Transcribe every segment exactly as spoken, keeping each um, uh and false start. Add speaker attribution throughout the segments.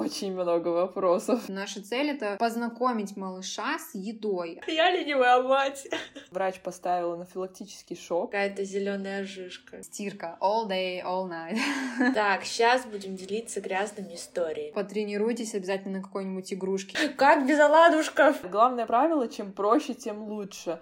Speaker 1: очень много вопросов.
Speaker 2: Наша цель — это познакомить малыша с едой.
Speaker 3: Я ленивая мать.
Speaker 1: Врач поставил анафилактический шок.
Speaker 3: Какая-то зеленая жижка.
Speaker 2: Стирка. All day, all night.
Speaker 3: Так, сейчас будем делиться грязными историями.
Speaker 2: Потренируйтесь обязательно на какой-нибудь игрушке.
Speaker 3: Как без оладушков?
Speaker 1: Главное правило: чем проще, тем лучше.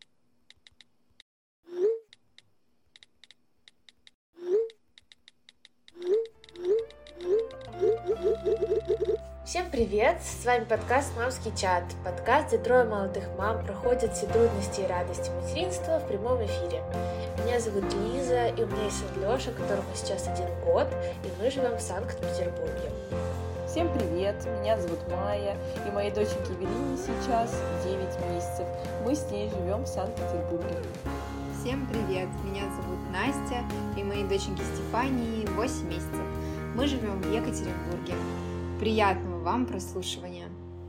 Speaker 3: Всем привет! С вами подкаст «Мамский чат». Подкаст, где трое молодых мам проходят все трудности и радости материнства в прямом эфире. Меня зовут Лиза, и у меня есть сын Лёша, которому сейчас один год, и мы живем в Санкт-Петербурге.
Speaker 1: Всем привет! Меня зовут Майя, и моей доченьке Эвелине сейчас девять месяцев. Мы с ней живем в Санкт-Петербурге.
Speaker 2: Всем привет! Меня зовут Настя, и моей доченьке Стефании восемь месяцев. Мы живем в Екатеринбурге. Приятного вам прослушивания!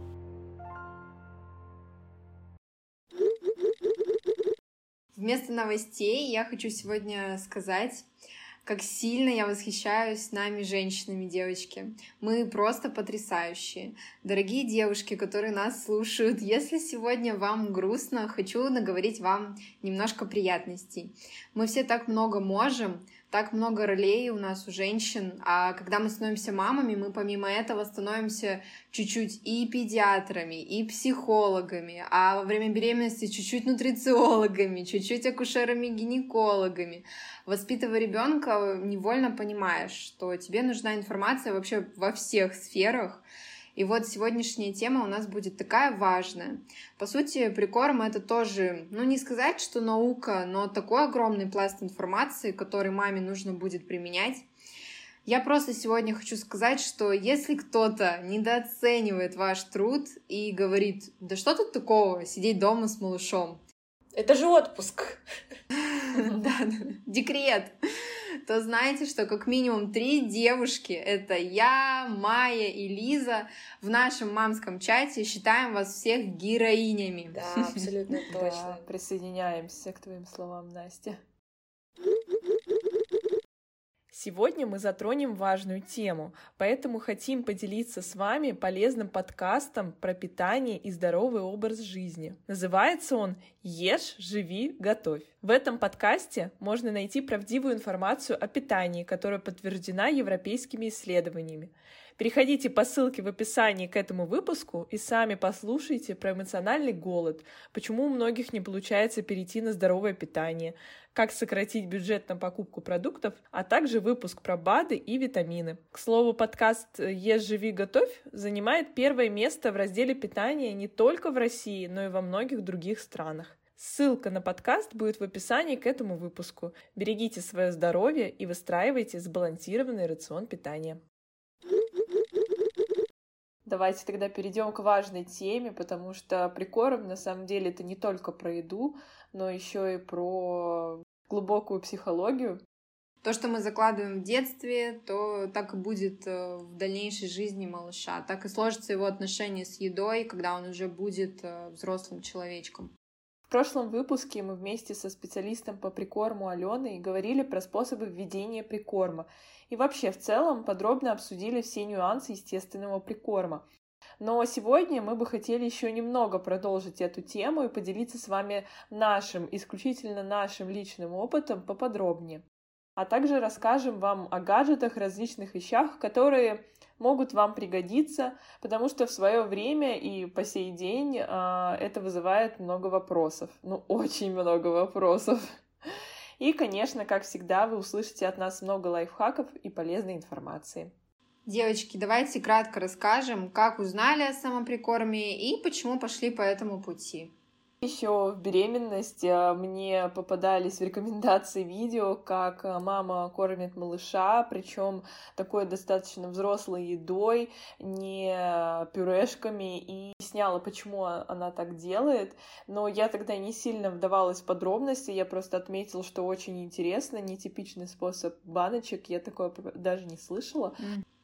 Speaker 2: Вместо новостей я хочу сегодня сказать, как сильно я восхищаюсь нами, женщинами, девочки. Мы просто потрясающие. Дорогие девушки, которые нас слушают, если сегодня вам грустно, хочу наговорить вам немножко приятностей. Мы все так много можем, так много ролей у нас, у женщин, а когда мы становимся мамами, мы помимо этого становимся чуть-чуть и педиатрами, и психологами, а во время беременности чуть-чуть нутрициологами, чуть-чуть акушерами-гинекологами. Воспитывая ребенка, невольно понимаешь, что тебе нужна информация вообще во всех сферах. И вот сегодняшняя тема у нас будет такая важная. По сути, прикорм — это тоже, ну не сказать, что наука, но такой огромный пласт информации, который маме нужно будет применять. Я просто сегодня хочу сказать, что если кто-то недооценивает ваш труд и говорит: да что тут такого, сидеть дома с малышом?
Speaker 3: Это же отпуск.
Speaker 2: Да, декрет. То знаете, что как минимум три девушки, это я, Майя и Лиза, в нашем мамском чате считаем вас всех героинями.
Speaker 3: Да, абсолютно точно.
Speaker 1: Да, присоединяемся к твоим словам, Настя. Сегодня мы затронем важную тему, поэтому хотим поделиться с вами полезным подкастом про питание и здоровый образ жизни. Называется он «Ешь, живи, готовь». В этом подкасте можно найти правдивую информацию о питании, которая подтверждена европейскими исследованиями. Переходите по ссылке в описании к этому выпуску и сами послушайте про эмоциональный голод, почему у многих не получается перейти на здоровое питание, как сократить бюджет на покупку продуктов, а также выпуск про БАДы и витамины. К слову, подкаст «Ешь, живи, готовь» занимает первое место в разделе питания не только в России, но и во многих других странах. Ссылка на подкаст будет в описании к этому выпуску. Берегите свое здоровье и выстраивайте сбалансированный рацион питания. Давайте тогда перейдем к важной теме, потому что прикорм на самом деле это не только про еду, но еще и про глубокую психологию.
Speaker 2: То, что мы закладываем в детстве, то так и будет в дальнейшей жизни малыша. Так и сложится его отношение с едой, когда он уже будет взрослым человечком.
Speaker 1: В прошлом выпуске мы вместе со специалистом по прикорму Аленой говорили про способы введения прикорма. И вообще в целом подробно обсудили все нюансы естественного прикорма. Но сегодня мы бы хотели еще немного продолжить эту тему и поделиться с вами нашим, исключительно нашим личным опытом поподробнее. А также расскажем вам о гаджетах, различных вещах, которые могут вам пригодиться, потому что в свое время и по сей день э, это вызывает много вопросов. Ну, очень много вопросов. И, конечно, как всегда, вы услышите от нас много лайфхаков и полезной информации.
Speaker 2: Девочки, давайте кратко расскажем, как узнали о самоприкорме и почему пошли по этому пути.
Speaker 1: Еще в беременность мне попадались в рекомендации видео, как мама кормит малыша, причем такой достаточно взрослой едой, не пюрешками, и объясняла, почему она так делает. Но я тогда не сильно вдавалась в подробности, я просто отметила, что очень интересно, нетипичный способ баночек, я такое даже не слышала.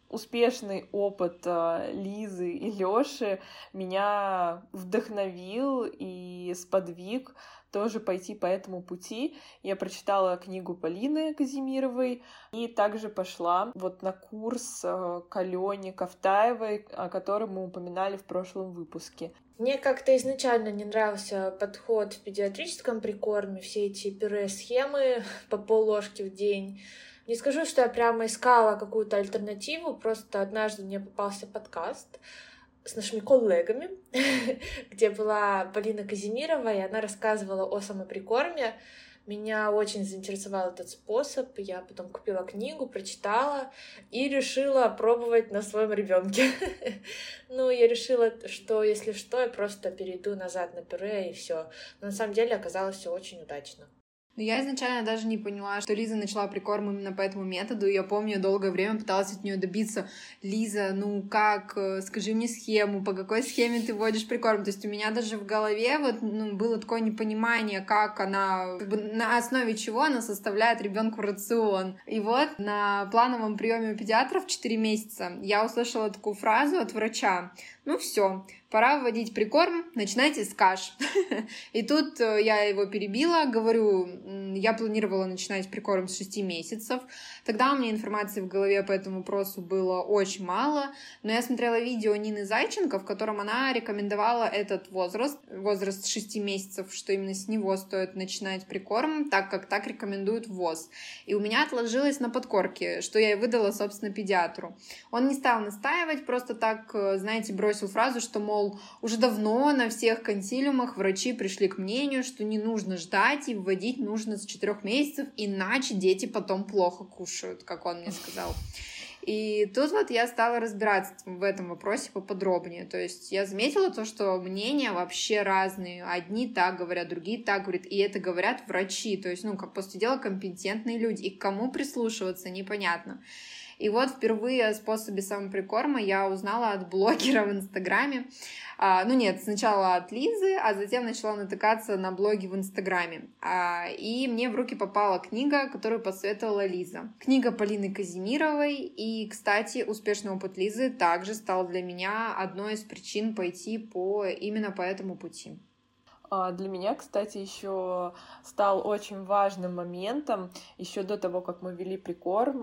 Speaker 1: Успешный опыт Лизы и Лёши меня вдохновил и сподвиг тоже пойти по этому пути. Я прочитала книгу Полины Казимировой и также пошла вот на курс к Алёне Ковтаевой, о котором мы упоминали в прошлом выпуске.
Speaker 3: Мне как-то изначально не нравился подход в педиатрическом прикорме, все эти пюре-схемы по полложки в день. Не скажу, что я прямо искала какую-то альтернативу, просто однажды мне попался подкаст с нашими коллегами, где была Полина Казимирова, и она рассказывала о самоприкорме. Меня очень заинтересовал этот способ. Я потом купила книгу, прочитала и решила пробовать на своем ребенке. Ну, я решила, что если что, я просто перейду назад на пюре и все. Но на самом деле оказалось все очень удачно.
Speaker 2: Но я изначально даже не поняла, что Лиза начала прикорм именно по этому методу. Я помню, я долгое время пыталась от нее добиться. Лиза, ну как, скажи мне схему, по какой схеме ты вводишь прикорм? То есть у меня даже в голове вот, ну, было такое непонимание, как она, как бы на основе чего она составляет ребенку рацион. И вот на плановом приеме у педиатров четыре месяца я услышала такую фразу от врача. Ну все, пора вводить прикорм, начинайте с каш. И тут я его перебила, говорю, я планировала начинать прикорм с шести месяцев. Тогда у меня информации в голове по этому вопросу было очень мало, но я смотрела видео Нины Зайченко, в котором она рекомендовала этот возраст, возраст шести месяцев, что именно с него стоит начинать прикорм, так как так рекомендует ВОЗ. И у меня отложилось на подкорке, что я и выдала, собственно, педиатру. Он не стал настаивать, просто так, знаете, бросил фразу, что, мол, уже давно на всех консилиумах врачи пришли к мнению, что не нужно ждать и вводить нужно с четырех месяцев, иначе дети потом плохо кушают, как он мне сказал. И тут вот я стала разбираться в этом вопросе поподробнее. То есть я заметила то, что мнения вообще разные. Одни так говорят, другие так говорят. И это говорят врачи. То есть, ну, как после дела компетентные люди. И к кому прислушиваться, непонятно. И вот впервые о способе самоприкорма я узнала от блогера в Инстаграме. А, ну нет, сначала от Лизы, а затем начала натыкаться на блоги в Инстаграме. А, и мне в руки попала книга, которую посоветовала Лиза. Книга Полины Казимировой. И, кстати, успешный опыт Лизы также стал для меня одной из причин пойти по, именно по этому пути.
Speaker 1: Для меня, кстати, еще стал очень важным моментом, еще до того, как мы вели прикорм,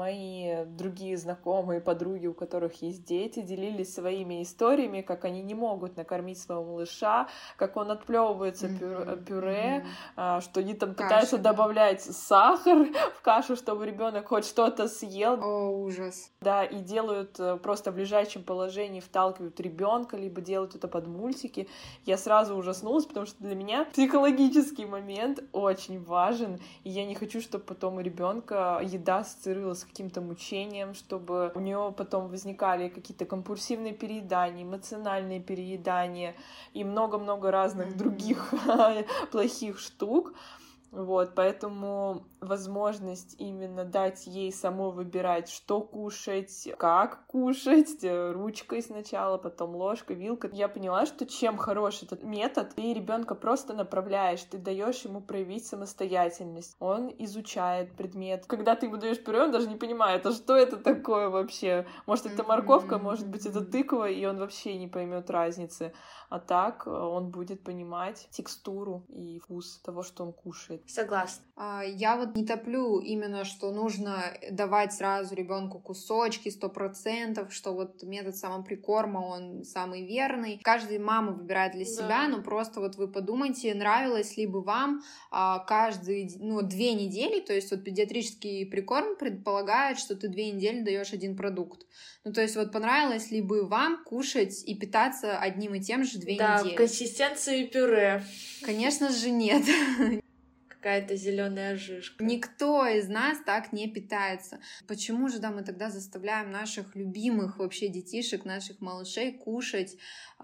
Speaker 1: мои другие знакомые, подруги, у которых есть дети, делились своими историями, как они не могут накормить своего малыша, как он отплевывается mm-hmm. пюре, mm-hmm. что они там пытаются Каша, добавлять да. сахар в кашу, чтобы ребенок хоть что-то съел.
Speaker 2: О, ужас.
Speaker 1: Да, и делают просто в лежачем положении, вталкивают ребенка, либо делают это под мультики. Я сразу ужаснулась, потому что для меня психологический момент очень важен, и я не хочу, чтобы потом у ребенка еда ассоциировалась с каким-то мучением, чтобы у него потом возникали какие-то компульсивные переедания, эмоциональные переедания и много-много разных mm-hmm. других плохих штук. Вот, поэтому возможность именно дать ей самой выбирать, что кушать, как кушать, ручкой сначала, потом ложкой, вилкой. Я поняла, что чем хорош этот метод, ты ребенка просто направляешь, ты даешь ему проявить самостоятельность. Он изучает предмет. Когда ты ему даешь пюре, он даже не понимает, а что это такое вообще? Может, это морковка, может быть, это тыква, и он вообще не поймет разницы. А так он будет понимать текстуру и вкус того, что он кушает.
Speaker 3: Согласна.
Speaker 2: Я вот не топлю именно, что нужно давать сразу ребенку кусочки сто процентов, что вот метод самоприкорма, он самый верный. Каждая мама выбирает для себя, да. но просто вот вы подумайте, нравилось ли бы вам каждые, ну, две недели, то есть вот педиатрический прикорм предполагает, что ты две недели даешь один продукт. Ну, то есть вот понравилось ли бы вам кушать и питаться одним и тем же две
Speaker 3: да,
Speaker 2: недели?
Speaker 3: Да, в консистенции пюре.
Speaker 2: Конечно же нет.
Speaker 3: Какая-то зеленая жижка.
Speaker 2: Никто из нас так не питается. Почему же, да, мы тогда заставляем наших любимых вообще детишек, наших малышей кушать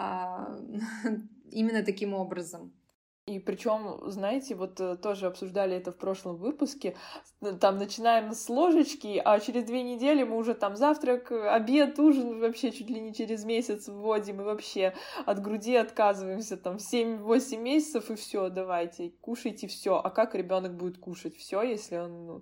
Speaker 2: а, именно таким образом?
Speaker 1: И причем, знаете, вот тоже обсуждали это в прошлом выпуске, там начинаем с ложечки, а через две недели мы уже там завтрак, обед, ужин вообще чуть ли не через месяц вводим, и вообще от груди отказываемся там в семь-восемь месяцев, и все, давайте, кушайте все. А как ребенок будет кушать все, если он... Ну,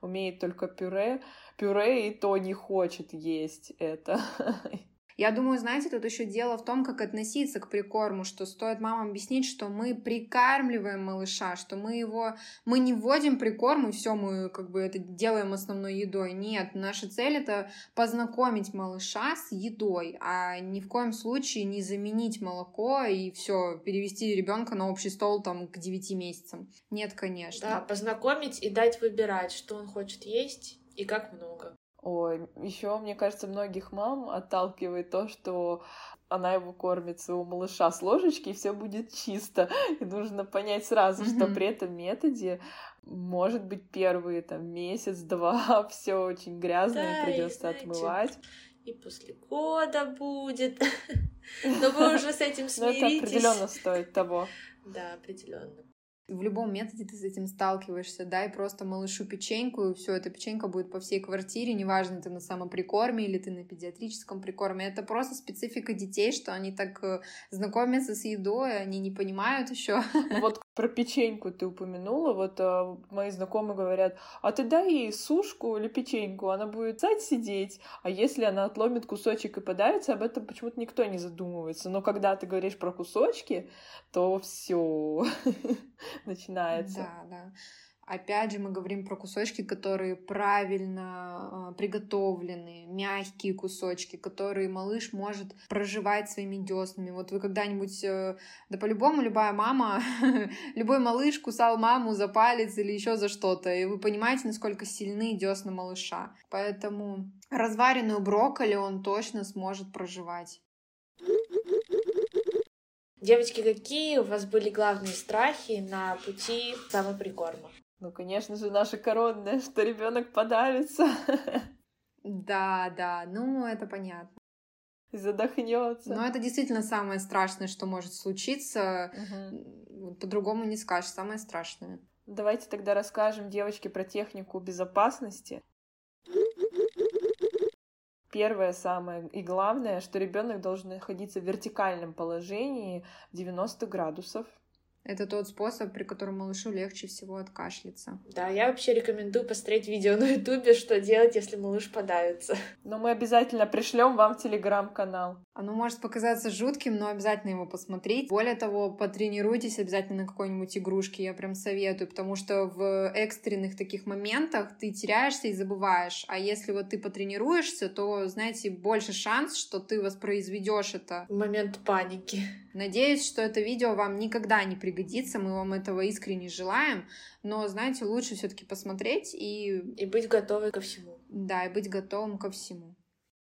Speaker 1: умеет только пюре, пюре и то не хочет есть это.
Speaker 2: Я думаю, знаете, тут еще дело в том, как относиться к прикорму, что стоит мамам объяснить, что мы прикармливаем малыша, что мы его, мы не вводим прикорм, и все, мы как бы это делаем основной едой. Нет, наша цель — это познакомить малыша с едой, а ни в коем случае не заменить молоко и все, перевести ребенка на общий стол там к девяти месяцам. Нет, конечно.
Speaker 3: Да, познакомить и дать выбирать, что он хочет есть и как много.
Speaker 1: Ой, еще, мне кажется, многих мам отталкивает то, что она его кормит своего малыша с ложечки, и все будет чисто. И нужно понять сразу, mm-hmm. что при этом методе может быть первые там месяц-два все очень грязное,
Speaker 3: да,
Speaker 1: придется отмывать.
Speaker 3: И после года будет. Но вы уже с этим смиритесь.
Speaker 1: Но это определенно стоит того.
Speaker 3: Да, определенно.
Speaker 2: В любом методе ты с этим сталкиваешься. Дай просто малышу печеньку, и все, эта печенька будет по всей квартире, неважно, ты на самоприкорме или ты на педиатрическом прикорме. Это просто специфика детей, что они так знакомятся с едой, они не понимают еще.
Speaker 1: Вот про печеньку ты упомянула, вот а, мои знакомые говорят, а ты дай ей сушку или печеньку, она будет сзади сидеть, а если она отломит кусочек и подавится, об этом почему-то никто не задумывается. Но когда ты говоришь про кусочки, то все начинается.
Speaker 2: Да, да. Опять же, мы говорим про кусочки, которые правильно э, приготовлены, мягкие кусочки, которые малыш может проживать своими деснами. Вот вы когда-нибудь, э, да по-любому любая мама, любой малыш кусал маму за палец или еще за что-то, и вы понимаете, насколько сильны десна малыша. Поэтому разваренную брокколи он точно сможет проживать.
Speaker 3: Девочки, какие у вас были главные страхи на пути самоприкорма?
Speaker 1: Ну, конечно же, наше коронное, что ребенок подавится.
Speaker 2: Да, да, ну это понятно.
Speaker 1: И задохнется.
Speaker 2: Но это действительно самое страшное, что может случиться. Угу. По-другому не скажешь, самое страшное.
Speaker 1: Давайте тогда расскажем, девочки, про технику безопасности. Первое, самое и главное, что ребенок должен находиться в вертикальном положении девяносто градусов.
Speaker 2: Это тот способ, при котором малышу легче всего откашляться.
Speaker 3: Да, я вообще рекомендую посмотреть видео на ютубе, что делать, если малыш подавится.
Speaker 1: Но мы обязательно пришлем вам в телеграм-канал.
Speaker 2: Оно может показаться жутким, но обязательно его посмотреть. Более того, потренируйтесь обязательно на какой-нибудь игрушке, я прям советую, потому что в экстренных таких моментах ты теряешься и забываешь. А если вот ты потренируешься, то, знаете, больше шанс, что ты воспроизведешь это.
Speaker 3: В момент паники.
Speaker 2: Надеюсь, что это видео вам никогда не пригодится, мы вам этого искренне желаем, но, знаете, лучше все-таки посмотреть и...
Speaker 3: И быть готовой ко всему.
Speaker 2: Да, и быть готовым ко всему.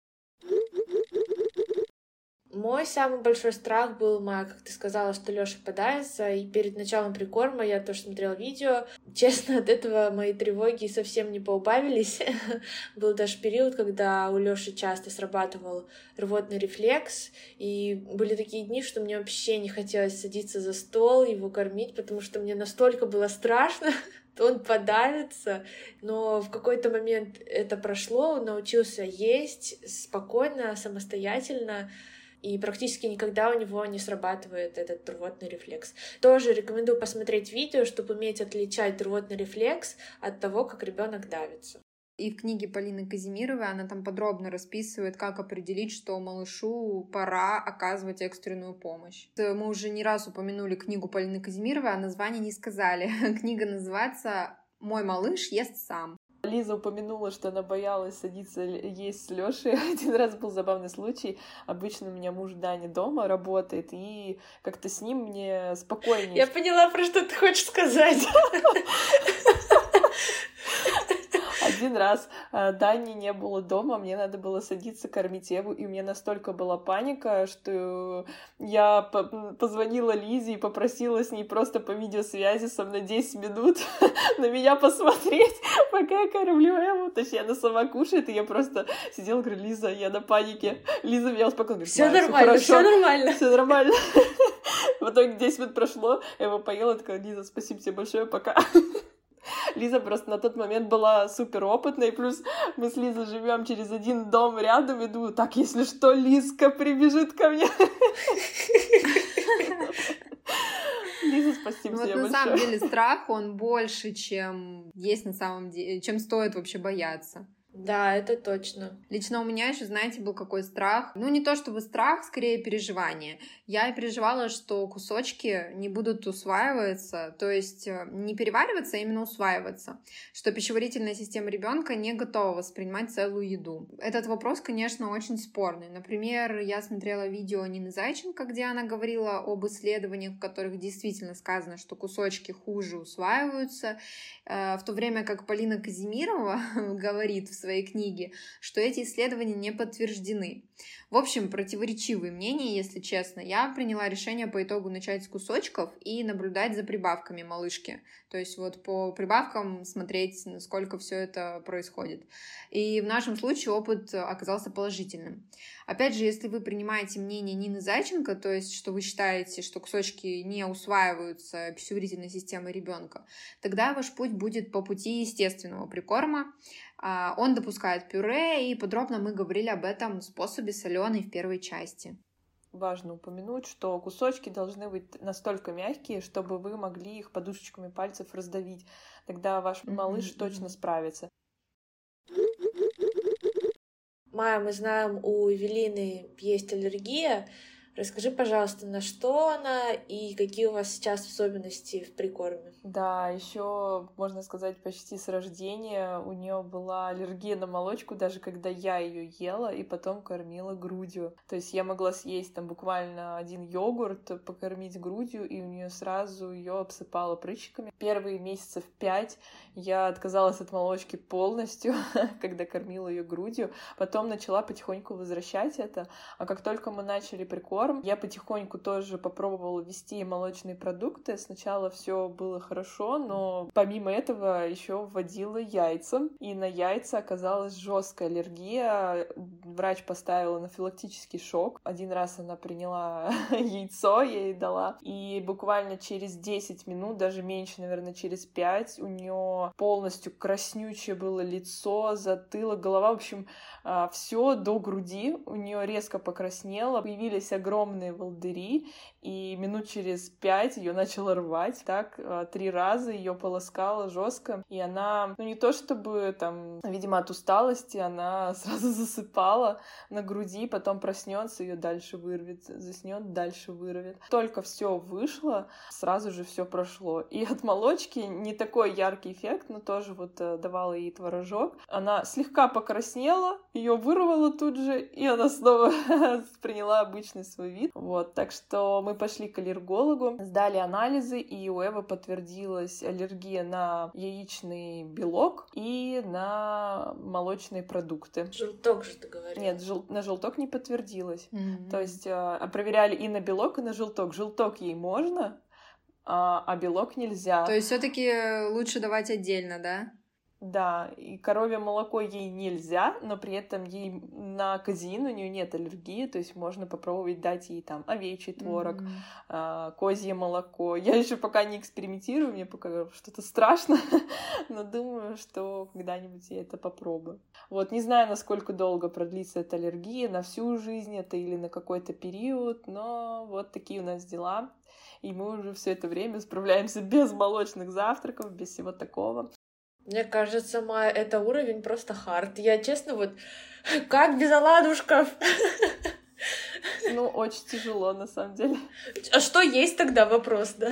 Speaker 3: Мой самый большой страх был, Майя, как ты сказала, что Лёша подавится, и перед началом прикорма я тоже смотрела видео. Честно, от этого мои тревоги совсем не поубавились. Был даже период, когда у Лёши часто срабатывал рвотный рефлекс, и были такие дни, что мне вообще не хотелось садиться за стол, его кормить, потому что мне настолько было страшно, то он подавится. Но в какой-то момент это прошло, он научился есть спокойно, самостоятельно, и практически никогда у него не срабатывает этот рвотный рефлекс. Тоже рекомендую посмотреть видео, чтобы уметь отличать рвотный рефлекс от того, как ребенок давится.
Speaker 2: И в книге Полины Казимировой она там подробно расписывает, как определить, что малышу пора оказывать экстренную помощь. Мы уже не раз упомянули книгу Полины Казимировой, а название не сказали. Книга называется «Мой малыш ест сам».
Speaker 1: Лиза упомянула, что она боялась садиться есть с Лёшей. Один раз был забавный случай. Обычно у меня муж Даня дома работает, и как-то с ним мне спокойнее.
Speaker 3: Я поняла, про что ты хочешь сказать.
Speaker 1: Один раз э, Дани не было дома, мне надо было садиться кормить Еву, и у меня настолько была паника, что я по- позвонила Лизе и попросила с ней просто по видеосвязи со мной десять минут на меня посмотреть, пока я кормлю Еву. Точнее, она сама кушает, и я просто сидела, говорю, Лиза, я на панике. Лиза меня успокоила.
Speaker 3: Все нормально, все нормально.
Speaker 1: Все нормально. В итоге десять минут прошло, Ева поела, такая, Лиза, спасибо тебе большое, пока. Лиза просто на тот момент была супер опытной, плюс мы с Лизой живем через один дом рядом, и думаю, так, если что, Лизка прибежит ко мне. Лиза, спасибо
Speaker 2: Ну вот
Speaker 1: тебе
Speaker 2: на
Speaker 1: большое.
Speaker 2: самом деле страх, он больше, чем есть на самом деле, чем стоит вообще бояться.
Speaker 3: Да, это точно.
Speaker 2: Лично у меня еще, знаете, был какой страх. Ну, не то чтобы страх, скорее переживание. Я переживала, что кусочки не будут усваиваться, то есть э, не перевариваться, а именно усваиваться, что пищеварительная система ребенка не готова воспринимать целую еду. Этот вопрос, конечно, очень спорный. Например, я смотрела видео Нины Зайченко, где она говорила об исследованиях, в которых действительно сказано, что кусочки хуже усваиваются, э, в то время как Полина Казимирова говорит в своей книге, что эти исследования не подтверждены. В общем, противоречивые мнения, если честно. Я приняла решение по итогу начать с кусочков и наблюдать за прибавками малышки. То есть вот по прибавкам смотреть, насколько все это происходит. И в нашем случае опыт оказался положительным. Опять же, если вы принимаете мнение Нины Зайченко, то есть что вы считаете, что кусочки не усваиваются пищеварительной системой ребенка, тогда ваш путь будет по пути естественного прикорма. Он допускает пюре, и подробно мы говорили об этом способе с Аленой в первой части.
Speaker 1: Важно упомянуть, что кусочки должны быть настолько мягкие, чтобы вы могли их подушечками пальцев раздавить. Тогда ваш mm-hmm. малыш точно справится.
Speaker 3: Майя, мы знаем, у Эвелины есть аллергия. Расскажи, пожалуйста, на что она и какие у вас сейчас особенности в прикорме?
Speaker 1: Да, еще можно сказать, почти с рождения у нее была аллергия на молочку, даже когда я ее ела и потом кормила грудью. То есть я могла съесть там буквально один йогурт, покормить грудью, и у нее сразу ее обсыпало прыщиками. Первые месяцев пять я отказалась от молочки полностью, когда кормила ее грудью. Потом начала потихоньку возвращать это. А как только мы начали прикорм, я потихоньку тоже попробовала ввести молочные продукты. Сначала все было хорошо, но помимо этого еще вводила яйца. И на яйца оказалась жесткая аллергия. Врач поставил анафилактический шок. Один раз она приняла яйцо, я ей дала. И буквально через десять минут, даже меньше, наверное, через пять, у нее полностью краснючее было лицо, затылок, голова. В общем, все до груди. У нее резко покраснело. Появились огромные волдыри, и минут через пять ее начало рвать. Так, три раза ее полоскало жестко, и она, ну не то чтобы там, видимо, от усталости, она сразу засыпала на груди, потом проснется, ее дальше вырвет, заснет, дальше вырвет. Только все вышло, сразу же все прошло. И от молочки не такой яркий эффект, но тоже вот давала ей творожок. Она слегка покраснела, ее вырвало тут же, и она снова приняла обычный свой вид. Вот, так что мы пошли к аллергологу, сдали анализы, и у Эвы подтвердилась аллергия на яичный белок и на молочные продукты.
Speaker 3: Желток же ты говорила.
Speaker 1: Нет, жел... на желток не подтвердилось.
Speaker 2: Mm-hmm.
Speaker 1: То есть э, проверяли и на белок, и на желток. Желток ей можно, а, а белок нельзя.
Speaker 2: То есть все-таки лучше давать отдельно, да?
Speaker 1: Да, и коровье молоко ей нельзя, но при этом ей на казеин у нее нет аллергии, то есть можно попробовать дать ей там овечий творог, mm-hmm. а, козье молоко. Я еще пока не экспериментирую, мне пока что-то страшно, но думаю, что когда-нибудь я это попробую. Вот, не знаю, насколько долго продлится эта аллергия, на всю жизнь это или на какой-то период, но вот такие у нас дела, и мы уже все это время справляемся без молочных завтраков, без всего такого.
Speaker 3: Мне кажется, Майя, это уровень просто хард. Я, честно, вот как без оладушков?
Speaker 1: Ну, очень тяжело, на самом деле.
Speaker 3: А что есть тогда, вопрос, да?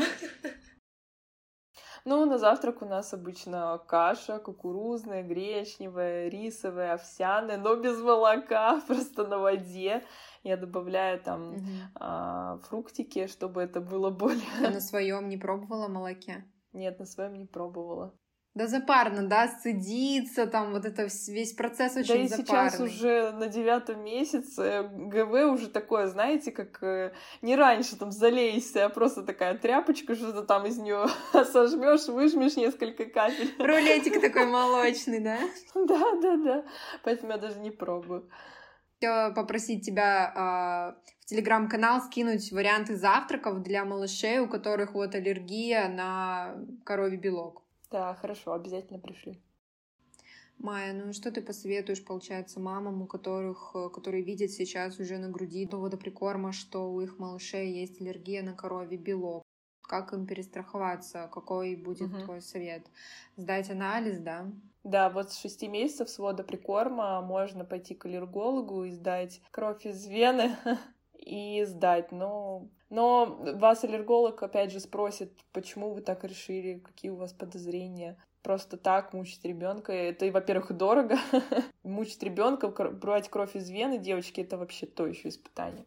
Speaker 1: Ну, на завтрак у нас обычно каша кукурузная, гречневая, рисовая, овсяная, но без молока, просто на воде. Я добавляю там угу. а, фруктики, чтобы это было более...
Speaker 2: А на своем не пробовала молоке?
Speaker 1: Нет, на своем не пробовала.
Speaker 2: Да запарно, да, сцедиться, там вот это весь процесс очень
Speaker 1: запарный. Да и
Speaker 2: запарный.
Speaker 1: сейчас уже на девятом месяце ГВ уже такое, знаете, как э, не раньше там залейся, а просто такая тряпочка, что-то там из нее сожмешь, выжмешь несколько капель.
Speaker 2: Рулетик такой молочный, да?
Speaker 1: Да, да, да. Поэтому я даже не пробую.
Speaker 2: Хотела попросить тебя э, в телеграм-канал скинуть варианты завтраков для малышей, у которых вот аллергия на коровий белок.
Speaker 1: Да, хорошо, обязательно пришли.
Speaker 2: Майя, ну что ты посоветуешь, получается, мамам, у которых, которые видят сейчас уже на груди до водоприкорма, что у их малышей есть аллергия на коровий белок? как им перестраховаться, какой будет
Speaker 1: Мгм.
Speaker 2: твой совет? Сдать анализ, да?
Speaker 1: Да, вот с шести месяцев с ввода прикорма можно пойти к аллергологу и сдать кровь из вены и сдать. Но, но вас аллерголог опять же спросит, почему вы так решили, какие у вас подозрения. Просто так мучить ребенка, это, и, во-первых, дорого. Мучить ребенка, брать кровь из вены, девочки, это вообще то еще испытание.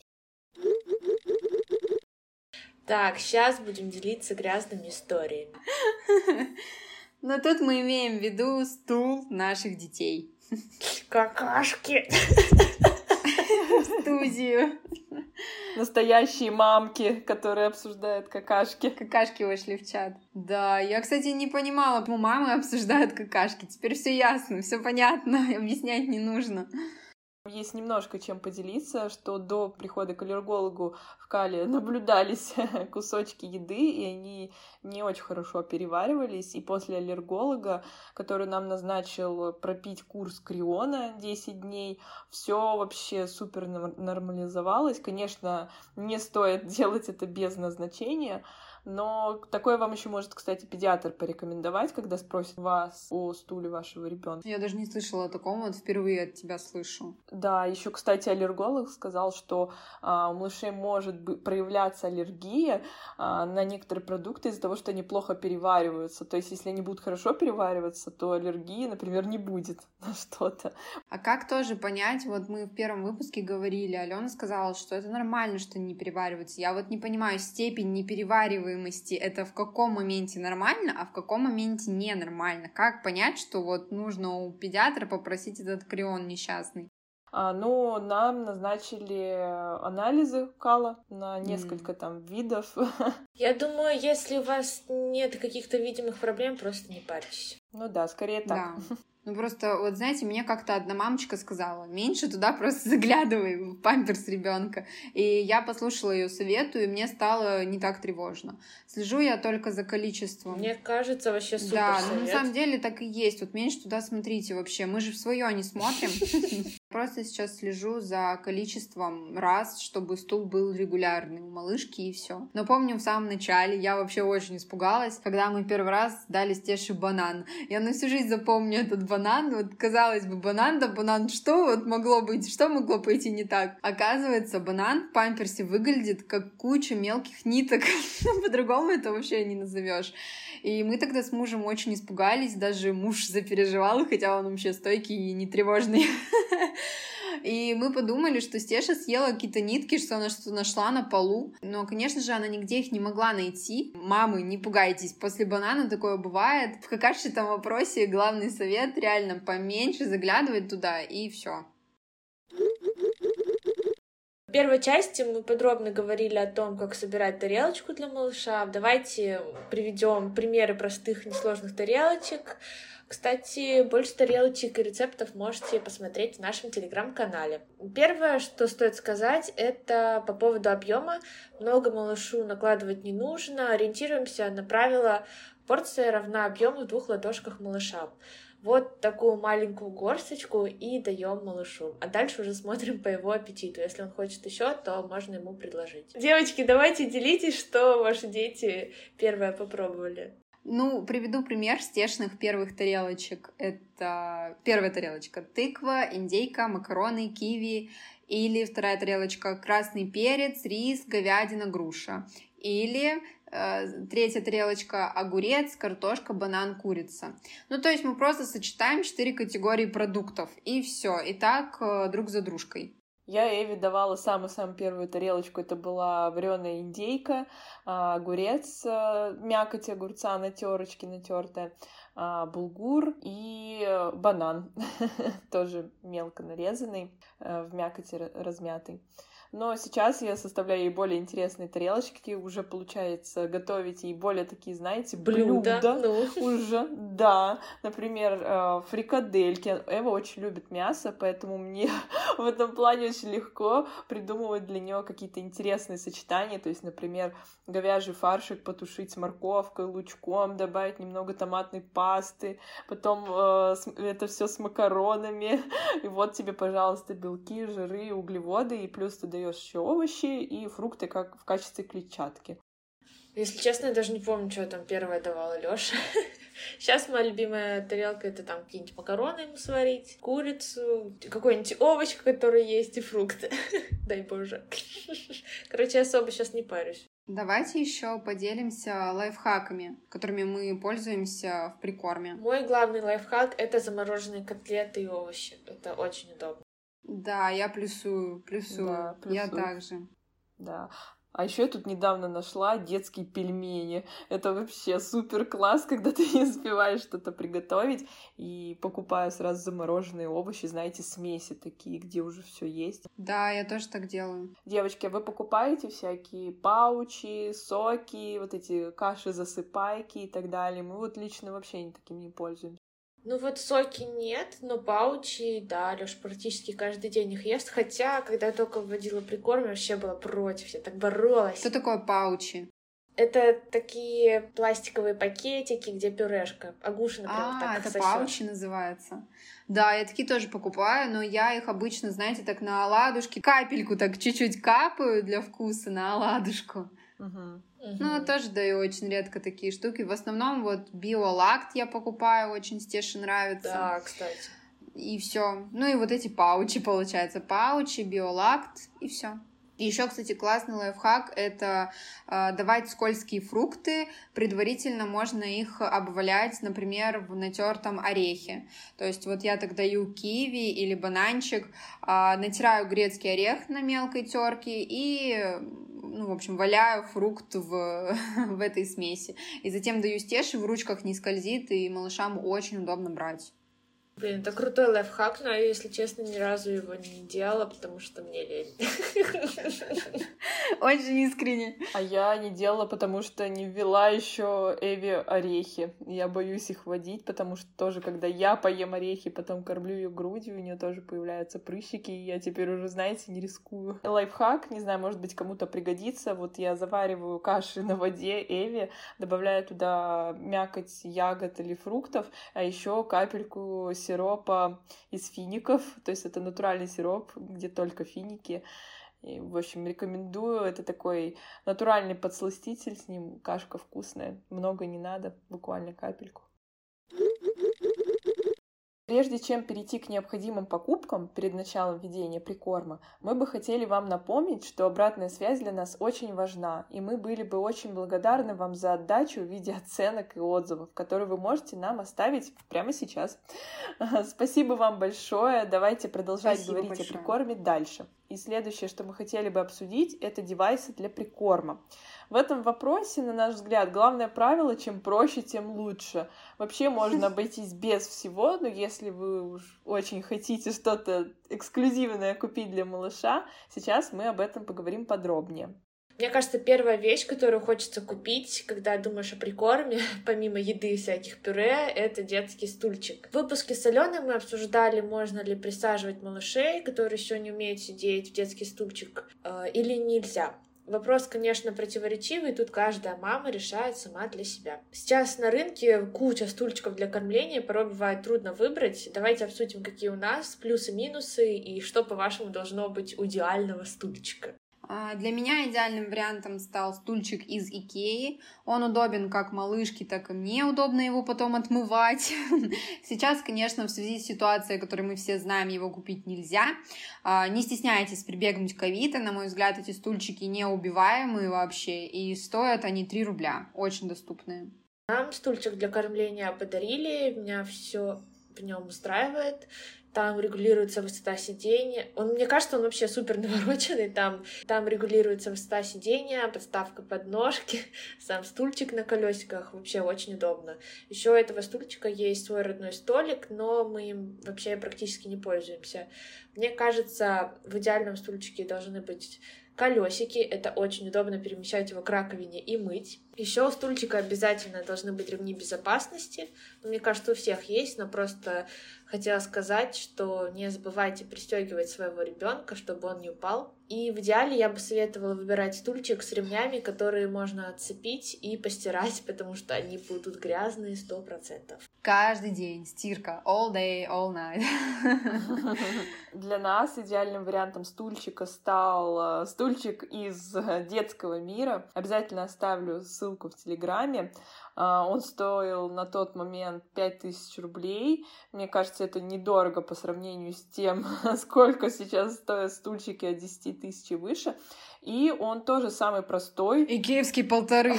Speaker 3: Так, сейчас будем делиться грязными историями.
Speaker 2: Но тут мы имеем в виду стул наших детей.
Speaker 3: Какашки.
Speaker 2: Студию.
Speaker 1: Настоящие мамки, которые обсуждают какашки.
Speaker 2: Какашки вышли в чат. Да, я, кстати, не понимала, почему мамы обсуждают какашки. Теперь все ясно, все понятно, объяснять не нужно.
Speaker 1: Есть немножко чем поделиться, что до прихода к аллергологу в Кале наблюдались кусочки еды, и они не очень хорошо переваривались. И после аллерголога, который нам назначил пропить курс Криона десять дней, все вообще супер нормализовалось. Конечно, не стоит делать это без назначения, но такое вам еще может, кстати, педиатр порекомендовать, когда спросит вас о стуле вашего ребенка.
Speaker 2: Я даже не слышала о таком, вот впервые от тебя слышу.
Speaker 1: Да, еще, кстати, аллерголог сказал, что а, у малышей может быть, проявляться аллергия а, на некоторые продукты из-за того, что они плохо перевариваются. То есть, если они будут хорошо перевариваться, то аллергии, например, не будет на что-то.
Speaker 2: А как тоже понять, вот мы в первом выпуске говорили, Алена сказала, что это нормально, что не перевариваются. Я вот не понимаю, степень неперевариваемости, это в каком моменте нормально, а в каком моменте ненормально? Как понять, что вот нужно у педиатра попросить этот Крион несчастный?
Speaker 1: А, ну, нам назначили анализы кала на несколько
Speaker 2: Mm.
Speaker 1: там видов.
Speaker 3: Я думаю, если у вас нет каких-то видимых проблем, просто не парьтесь.
Speaker 1: Ну да, скорее так.
Speaker 2: Да. Ну просто, вот знаете, мне как-то одна мамочка сказала, меньше туда просто заглядывай в памперс ребенка. И я послушала ее совету, и мне стало не так тревожно. Слежу я только за количеством.
Speaker 3: Мне кажется, вообще супер
Speaker 2: Да,
Speaker 3: совет.
Speaker 2: ну на самом деле так и есть. Вот меньше туда смотрите вообще. Мы же в свое не смотрим. Просто сейчас слежу за количеством раз, чтобы стул был регулярный у малышки, и все. Но помню, в самом начале я вообще очень испугалась, когда мы первый раз дали Стеше банан. Я на всю жизнь запомню этот банан. Вот, казалось бы, банан да банан. Что вот могло быть? Что могло пойти не так? Оказывается, банан в памперсе выглядит как куча мелких ниток. По-другому это вообще не назовешь. И мы тогда с мужем очень испугались. Даже муж запереживал, хотя он вообще стойкий и не тревожный. И мы подумали, что Стеша съела какие-то нитки, что она что-то нашла на полу. Но, конечно же, она нигде их не могла найти. Мамы, не пугайтесь, после банана такое бывает. В какашечном вопросе главный совет — реально поменьше заглядывать туда, и все.
Speaker 3: В первой части мы подробно говорили о том, как собирать тарелочку для малыша. Давайте приведем примеры простых, несложных тарелочек. Кстати, больше тарелочек и рецептов можете посмотреть в нашем телеграм-канале. Первое, что стоит сказать, это по поводу объема. Много малышу накладывать не нужно. Ориентируемся на правило: порция равна объему в двух ладошках малыша. Вот такую маленькую горсточку и даем малышу. А дальше уже смотрим по его аппетиту. Если он хочет еще, то можно ему предложить. Девочки, давайте делитесь, что ваши дети первое попробовали.
Speaker 2: Ну, приведу пример Стешиных первых тарелочек. Это первая тарелочка — тыква, индейка, макароны, киви. Или вторая тарелочка — красный перец, рис, говядина, груша. Или э, третья тарелочка — огурец, картошка, банан, курица. Ну, то есть мы просто сочетаем четыре категории продуктов, и все. И так э, друг за дружкой.
Speaker 1: Я Эви давала самую-самую первую тарелочку. Это была вареная индейка, огурец, мякоть огурца на терочке натертая, булгур и банан, тоже мелко нарезанный, в мякоти размятый. Но сейчас я составляю ей более интересные тарелочки, уже получается готовить ей более такие, знаете, блюда, блюда ну. уже, да. Например, фрикадельки. Эва очень любит мясо, поэтому мне в этом плане очень легко придумывать для нее какие-то интересные сочетания. То есть, например, говяжий фаршик потушить с морковкой, лучком, добавить немного томатной пасты, потом э, это все с макаронами. И вот тебе, пожалуйста, белки, жиры, углеводы, и плюс ты даешь еще овощи и фрукты как в качестве клетчатки.
Speaker 3: Если честно, я даже не помню, что там первое давала Лёша. Сейчас моя любимая тарелка — это там какие-нибудь макароны ему сварить, курицу, какой-нибудь овощ, который есть, и фрукты. Дай боже. Короче, я особо сейчас не парюсь.
Speaker 2: Давайте еще поделимся лайфхаками, которыми мы пользуемся в прикорме.
Speaker 3: Мой главный лайфхак — это замороженные котлеты и овощи. Это очень удобно.
Speaker 2: Да, я плюсую, плюсую.
Speaker 1: Да,
Speaker 2: Я
Speaker 1: плюсую.
Speaker 2: также.
Speaker 1: Да. А еще я тут недавно нашла детские пельмени. Это вообще супер класс, когда ты не успеваешь что-то приготовить, и покупаю сразу замороженные овощи, знаете, смеси такие, где уже все есть.
Speaker 2: Да, я тоже так делаю.
Speaker 1: Девочки, а вы покупаете всякие паучи, соки, вот эти каши-засыпайки и так далее? Мы вот лично вообще таким не пользуемся.
Speaker 3: Ну вот соки нет, но паучи, да, Лёш практически каждый день их ест. Хотя, когда я только вводила прикорм, я вообще была против, я так боролась.
Speaker 2: Что такое паучи?
Speaker 3: Это такие пластиковые пакетики, где пюрешка. Агуша, например,
Speaker 2: А,
Speaker 3: так
Speaker 2: это
Speaker 3: сосёт.
Speaker 2: паучи называется. Да, я такие тоже покупаю, но я их обычно, знаете, так на оладушки, капельку так чуть-чуть капаю для вкуса на оладушку.
Speaker 1: Угу.
Speaker 2: Ну, тоже даю очень редко такие штуки. В основном вот биолакт я покупаю, очень Стеше нравится.
Speaker 3: Да, кстати.
Speaker 2: И все. Ну и вот эти паучи, получается. Паучи, биолакт и все. И еще, кстати, классный лайфхак — это э, давать скользкие фрукты. Предварительно можно их обвалять, например, в натертом орехе. То есть вот я так даю киви или бананчик, э, натираю грецкий орех на мелкой терке и, ну, в общем, валяю фрукт в, в этой смеси. И затем даю Стеше, в ручках не скользит, и малышам очень удобно брать.
Speaker 3: Блин, это крутой лайфхак, но я, если честно, ни разу его не делала, потому что мне лень.
Speaker 2: Очень искренне.
Speaker 1: А я не делала, потому что не ввела еще Эви орехи. Я боюсь их вводить, потому что тоже, когда я поем орехи, потом кормлю ее грудью, у нее тоже появляются прыщики, и я теперь уже, знаете, не рискую. Лайфхак, не знаю, может быть, кому-то пригодится. Вот я завариваю каши на воде Эви, добавляю туда мякоть ягод или фруктов, а еще капельку сиропа из фиников, то есть это натуральный сироп, где только финики. И, в общем, рекомендую. Это такой натуральный подсластитель, с ним кашка вкусная. Много не надо, буквально капельку. Прежде чем перейти к необходимым покупкам перед началом введения прикорма, мы бы хотели вам напомнить, что обратная связь для нас очень важна, и мы были бы очень благодарны вам за отдачу в виде оценок и отзывов, которые вы можете нам оставить прямо сейчас. Спасибо вам большое. Давайте продолжать
Speaker 2: Спасибо
Speaker 1: говорить
Speaker 2: большое.
Speaker 1: о прикорме дальше. И следующее, что мы хотели бы обсудить, это девайсы для прикорма. В этом вопросе, на наш взгляд, главное правило: чем проще, тем лучше. Вообще можно обойтись без всего, но если вы уж очень хотите что-то эксклюзивное купить для малыша, сейчас мы об этом поговорим подробнее.
Speaker 3: Мне кажется, первая вещь, которую хочется купить, когда думаешь о прикорме, помимо еды и всяких пюре, это детский стульчик. В выпуске с Аленой мы обсуждали, можно ли присаживать малышей, которые еще не умеют сидеть, в детский стульчик, э, или нельзя. Вопрос, конечно, противоречивый, тут каждая мама решает сама для себя. Сейчас на рынке куча стульчиков для кормления, порой бывает трудно выбрать. Давайте обсудим, какие у нас плюсы-минусы и что, по-вашему, должно быть у идеального стульчика.
Speaker 2: Для меня идеальным вариантом стал стульчик из Икеи. Он удобен как малышке, так и мне удобно его потом отмывать. Сейчас, конечно, в связи с ситуацией, которую мы все знаем, его купить нельзя. Не стесняйтесь прибегнуть к Авито. На мой взгляд, эти стульчики неубиваемые вообще, и стоят они три рубля. Очень доступные.
Speaker 3: Нам стульчик для кормления подарили, меня все в нем устраивает. Там регулируется высота сидения. Он, мне кажется, он вообще супер навороченный. Там, там регулируется высота сидения, подставка подножки, сам стульчик на колесиках. Вообще очень удобно. Еще у этого стульчика есть свой родной столик, но мы им вообще практически не пользуемся. Мне кажется, в идеальном стульчике должны быть колесики. Это очень удобно перемещать его к раковине и мыть. Еще у стульчика обязательно должны быть ремни безопасности. Мне кажется, у всех есть, но просто хотела сказать, что не забывайте пристегивать своего ребенка, чтобы он не упал. И в идеале я бы советовала выбирать стульчик с ремнями, которые можно отцепить и постирать, потому что они будут грязные сто процентов.
Speaker 2: Каждый день стирка. All day, all night.
Speaker 1: Для нас идеальным вариантом стульчика стал стульчик из детского мира. Обязательно оставлю ссылку в Телеграме. Он стоил на тот момент пять тысяч рублей. Мне кажется, это недорого по сравнению с тем, сколько сейчас стоят стульчики от десяти тысяч и выше. И он тоже самый простой.
Speaker 2: Икеевский полторы.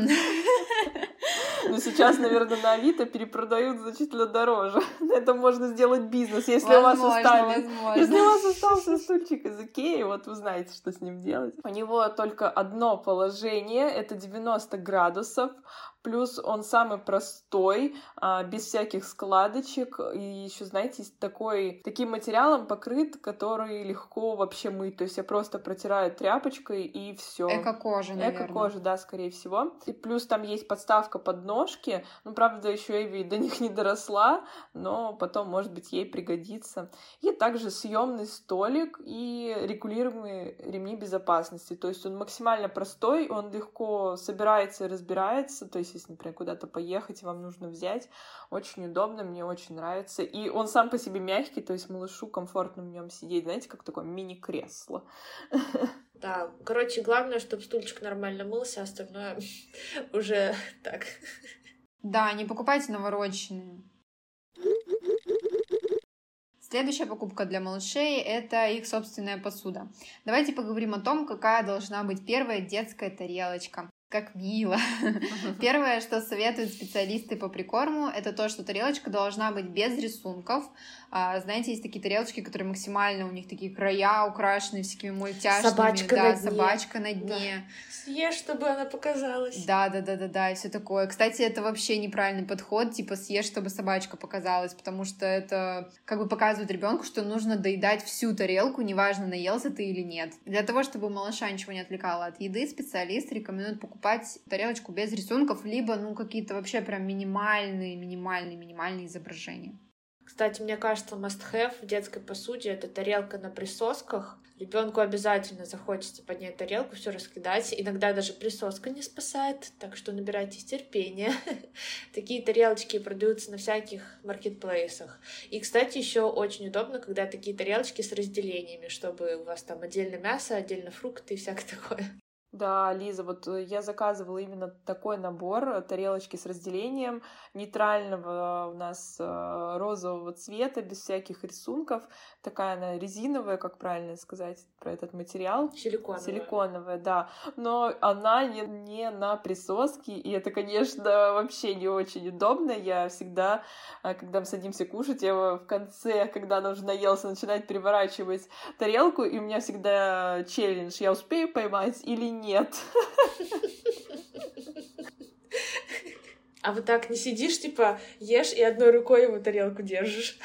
Speaker 1: Но сейчас, наверное, на Авито перепродают значительно дороже. Это можно сделать бизнес, если
Speaker 2: возможно,
Speaker 1: у вас остались,
Speaker 2: возможно.
Speaker 1: если у вас остался стульчик из Икеи, вот вы знаете, что с ним делать. У него только одно положение, это девяносто градусов, плюс он самый простой, без всяких складочек, и еще, знаете, такой, таким материалом покрыт, который легко вообще мыть, то есть я просто протираю тряпочкой и все.
Speaker 2: Эко-кожа, наверное.
Speaker 1: Эко-кожа, да, скорее всего. И плюс там есть подставка под ножки, ну, правда, еще Эви до них не доросла, но потом, может быть, ей пригодится. И также съемный столик и регулируемые ремни безопасности, то есть он максимально простой, он легко собирается и разбирается, то есть если, например, куда-то поехать, вам нужно взять. Очень удобно, мне очень нравится. И он сам по себе мягкий, то есть малышу комфортно в нем сидеть. Знаете, как такое мини-кресло.
Speaker 3: Да, короче, главное, чтобы стульчик нормально мылся, остальное уже так.
Speaker 2: Да, не покупайте навороченные. Следующая покупка для малышей — это их собственная посуда. Давайте поговорим о том, какая должна быть первая детская тарелочка. Как мило. Первое, что советуют специалисты по прикорму, это то, что тарелочка должна быть без рисунков. А, знаете, есть такие тарелочки, которые максимально, у них такие края украшены всякими мультяшными.
Speaker 3: Собачка
Speaker 2: да,
Speaker 3: на дне.
Speaker 2: собачка на дне.
Speaker 3: Да. Съешь, чтобы она показалась.
Speaker 2: Да, да, да, да, да, и все такое. Кстати, это вообще неправильный подход, типа съешь, чтобы собачка показалась, потому что это как бы показывает ребенку, что нужно доедать всю тарелку, неважно, наелся ты или нет. Для того, чтобы малыша ничего не отвлекало от еды, специалисты рекомендуют покупать покупать тарелочку без рисунков, либо, ну, какие-то вообще прям минимальные, минимальные, минимальные изображения.
Speaker 3: Кстати, мне кажется, must-have в детской посуде — это тарелка на присосках. Ребенку обязательно захочется поднять тарелку, все раскидать. Иногда даже присоска не спасает, так что набирайтесь терпения. Такие тарелочки продаются на всяких маркетплейсах. И, кстати, еще очень удобно, когда такие тарелочки с разделениями, чтобы у вас там отдельно мясо, отдельно фрукты и всякое такое.
Speaker 1: Да, Лиза, вот я заказывала именно такой набор тарелочки с разделением нейтрального у нас розового цвета, без всяких рисунков. Такая она резиновая, как правильно сказать про этот материал.
Speaker 3: Силиконовая.
Speaker 1: Силиконовая, да. Но она не, не на присоске, и это, конечно, вообще не очень удобно. Я всегда, когда мы садимся кушать, я в конце, когда она уже наелся, начинает переворачивать тарелку, и у меня всегда челлендж: я успею поймать или нет. Нет.
Speaker 3: А вот так не сидишь, типа, ешь и одной рукой его тарелку держишь?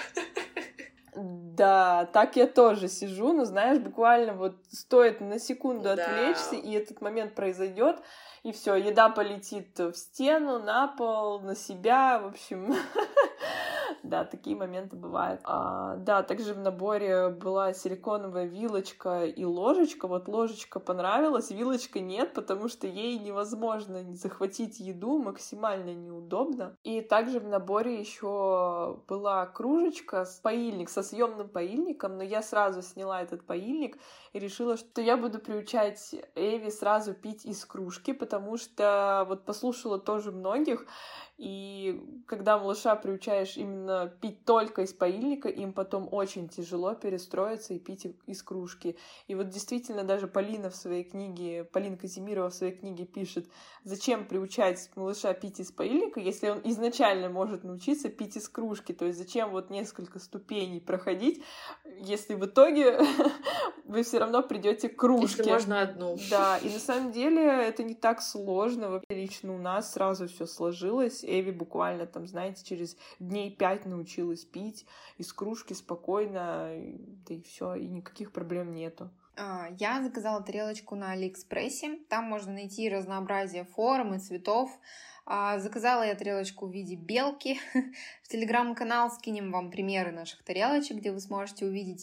Speaker 1: Да, так я тоже сижу, но, знаешь, буквально вот стоит на секунду
Speaker 3: Да.
Speaker 1: отвлечься, и этот момент произойдет, и все, еда полетит в стену, на пол, на себя, в общем... Да, такие моменты бывают. А, да, также в наборе была силиконовая вилочка и ложечка. Вот ложечка понравилась, вилочка нет, потому что ей невозможно захватить еду, максимально неудобно. И также в наборе еще была кружечка, паильник со съемным паильником, но я сразу сняла этот паильник и решила, что я буду приучать Эви сразу пить из кружки, потому что вот послушала тоже многих, и когда малыша приучаешь именно пить только из паильника, им потом очень тяжело перестроиться и пить из кружки. И вот действительно даже Полина в своей книге, Полина Казимирова в своей книге пишет, зачем приучать малыша пить из паильника, если он изначально может научиться пить из кружки. То есть зачем вот несколько ступеней проходить, если в итоге вы все равно придете к кружке.
Speaker 3: Если можно одну.
Speaker 1: Да, и на самом деле это не так сложно. Вообще лично у нас сразу все сложилось. Эви буквально там, знаете, через дней пять научилась пить из кружки спокойно, да и все, и никаких проблем нету.
Speaker 2: Я заказала тарелочку на Алиэкспрессе. Там можно найти разнообразие форм и цветов. Заказала я тарелочку в виде белки. В телеграм-канал скинем вам примеры наших тарелочек, где вы сможете увидеть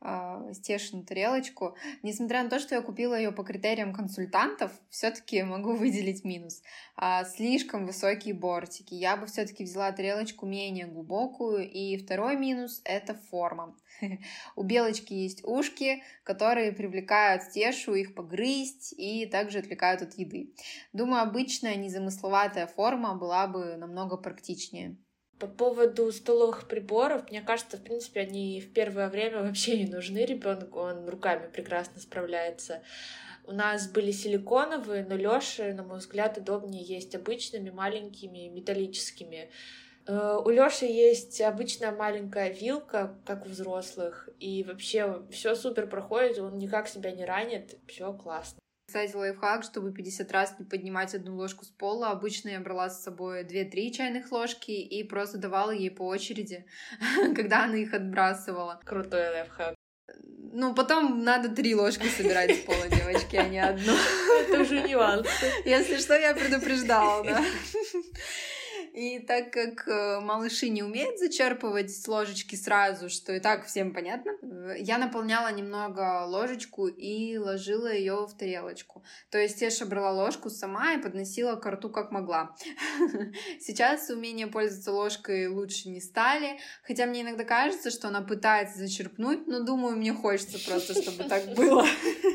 Speaker 2: э, Стешину тарелочку. Несмотря на то, что я купила ее по критериям консультантов, все-таки могу выделить минус. А, слишком высокие бортики. Я бы все-таки взяла тарелочку менее глубокую. И второй минус — это форма. У белочки есть ушки, которые привлекают Стешу их погрызть и также отвлекают от еды. Думаю, обычная незамысловатая форма была бы намного практичнее.
Speaker 3: По поводу столовых приборов, мне кажется, в принципе, они в первое время вообще не нужны ребенку, он руками прекрасно справляется. У нас были силиконовые, но Лёше, на мой взгляд, удобнее есть обычными, маленькими, металлическими. У Лёши есть обычная маленькая вилка, как у взрослых, и вообще все супер проходит, он никак себя не ранит, все классно.
Speaker 2: Кстати, лайфхак, чтобы пятьдесят раз не поднимать одну ложку с пола. Обычно я брала с собой две-три чайных ложки и просто давала ей по очереди, когда она их отбрасывала.
Speaker 3: Крутой лайфхак.
Speaker 2: Ну, потом надо три ложки собирать с пола, девочки, а не одну.
Speaker 3: Это уже нюансы.
Speaker 2: Если что, я предупреждала, да. И так как э, малыши не умеют зачерпывать с ложечки сразу, что и так всем понятно, я наполняла немного ложечку и ложила ее в тарелочку. То есть Теша брала ложку сама и подносила к рту как могла. Сейчас умение пользоваться ложкой лучше не стали, хотя мне иногда кажется, что она пытается зачерпнуть, но думаю, мне хочется просто, чтобы так было.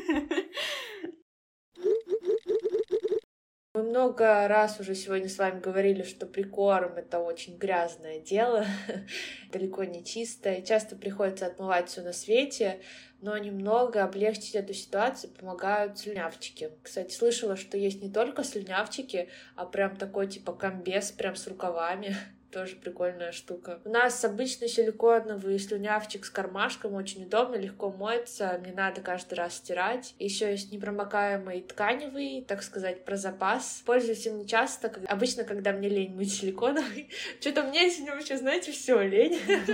Speaker 3: Мы много раз уже сегодня с вами говорили, что прикорм — это очень грязное дело, далеко не чистое. Часто приходится отмывать все на свете, но немного облегчить эту ситуацию помогают слюнявчики. Кстати, слышала, что есть не только слюнявчики, а прям такой типа комбез прям с рукавами. Тоже прикольная штука. У нас обычный силиконовый слюнявчик с кармашком, очень удобно, легко моется, не надо каждый раз стирать. Еще есть непромокаемый тканевый, так сказать, про запас. Пользуюсь им часто, как... обычно, когда мне лень мыть силиконовый. Что-то мне сегодня вообще, знаете, все лень.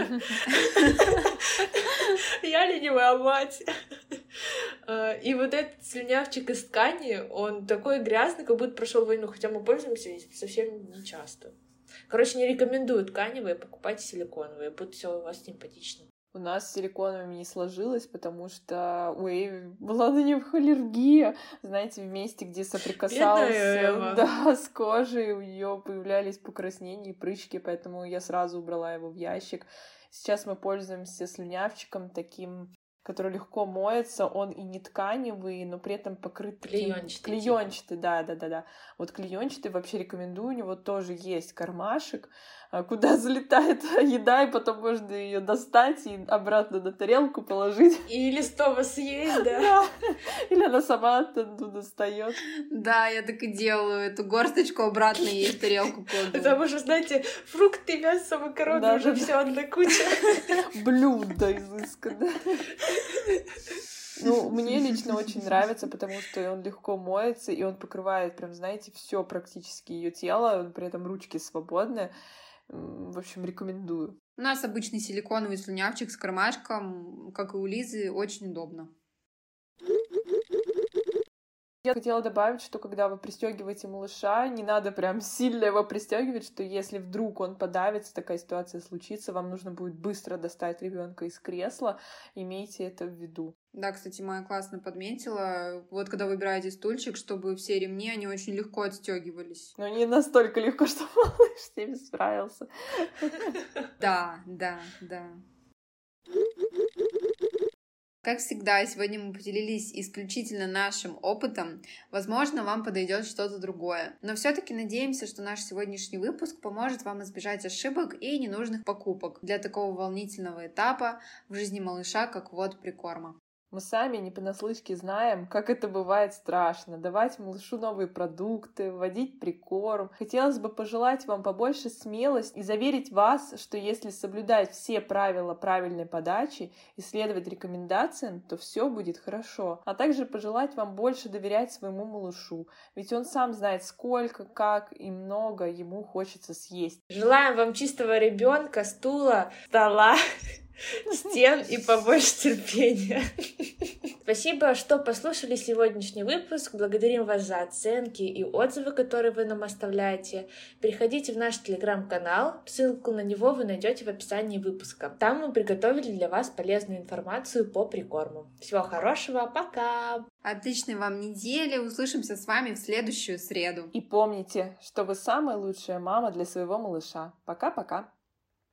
Speaker 3: Я ленивая мать. И вот этот слюнявчик из ткани, он такой грязный, как будто прошел войну, хотя мы пользуемся совсем не часто. Короче, не рекомендую тканевые, покупайте силиконовые, будет все у вас симпатично.
Speaker 1: У нас с силиконовыми не сложилось, потому что у Эви была на них аллергия. Знаете, в месте, где соприкасался да, с кожей, у нее появлялись покраснения и прыщики, поэтому я сразу убрала его в ящик. Сейчас мы пользуемся слюнявчиком таким, который легко моется, он и не тканевый, но при этом покрыт
Speaker 3: клеёнчатый.
Speaker 1: Клеёнчатый, да, да, да, да. Вот клеёнчатый вообще рекомендую, у него тоже есть кармашек, куда залетает еда, и потом можно ее достать и обратно на тарелку положить.
Speaker 3: И листово съесть, да?
Speaker 1: Да. Или она сама оттуда достает.
Speaker 2: Да, я так и делаю. Эту горсточку обратно ей в тарелку кладу.
Speaker 3: Потому что, знаете, фрукты, мясо, макароны, да, уже да, все одна куча.
Speaker 1: Блюдо изысканное. Ну, мне лично очень нравится, потому что он легко моется, и он покрывает прям, знаете, все практически ее тело, он при этом ручки свободные. В общем, рекомендую.
Speaker 2: У нас обычный силиконовый слюнявчик с кармашком, как и у Лизы, очень удобно.
Speaker 1: Я хотела добавить, что когда вы пристегиваете малыша, не надо прям сильно его пристегивать, что если вдруг он подавится, такая ситуация случится, вам нужно будет быстро достать ребенка из кресла. Имейте это в виду.
Speaker 2: Да, кстати, Майя классно подметила. Вот когда выбираете стульчик, чтобы все ремни, они очень легко отстегивались.
Speaker 1: Но не настолько легко, что малыш с ними справился.
Speaker 2: Да, да, да. Как всегда, сегодня мы поделились исключительно нашим опытом. Возможно, вам подойдет что-то другое. Но все-таки надеемся, что наш сегодняшний выпуск поможет вам избежать ошибок и ненужных покупок для такого волнительного этапа в жизни малыша, как ввод прикорма.
Speaker 1: Мы сами не понаслышке знаем, как это бывает страшно, давать малышу новые продукты, вводить прикорм. Хотелось бы пожелать вам побольше смелости и заверить вас, что если соблюдать все правила правильной подачи и следовать рекомендациям, то все будет хорошо. А также пожелать вам больше доверять своему малышу, ведь он сам знает, сколько, как и много ему хочется съесть.
Speaker 3: Желаем вам чистого ребенка, стула, стола, стен и побольше терпения. Спасибо, что послушали сегодняшний выпуск. Благодарим вас за оценки и отзывы, которые вы нам оставляете. Переходите в наш телеграм-канал. Ссылку на него вы найдете в описании выпуска. Там мы приготовили для вас полезную информацию по прикорму. Всего хорошего, пока!
Speaker 2: Отличной вам недели. Услышимся с вами в следующую среду.
Speaker 1: И помните, что вы самая лучшая мама для своего малыша. Пока-пока!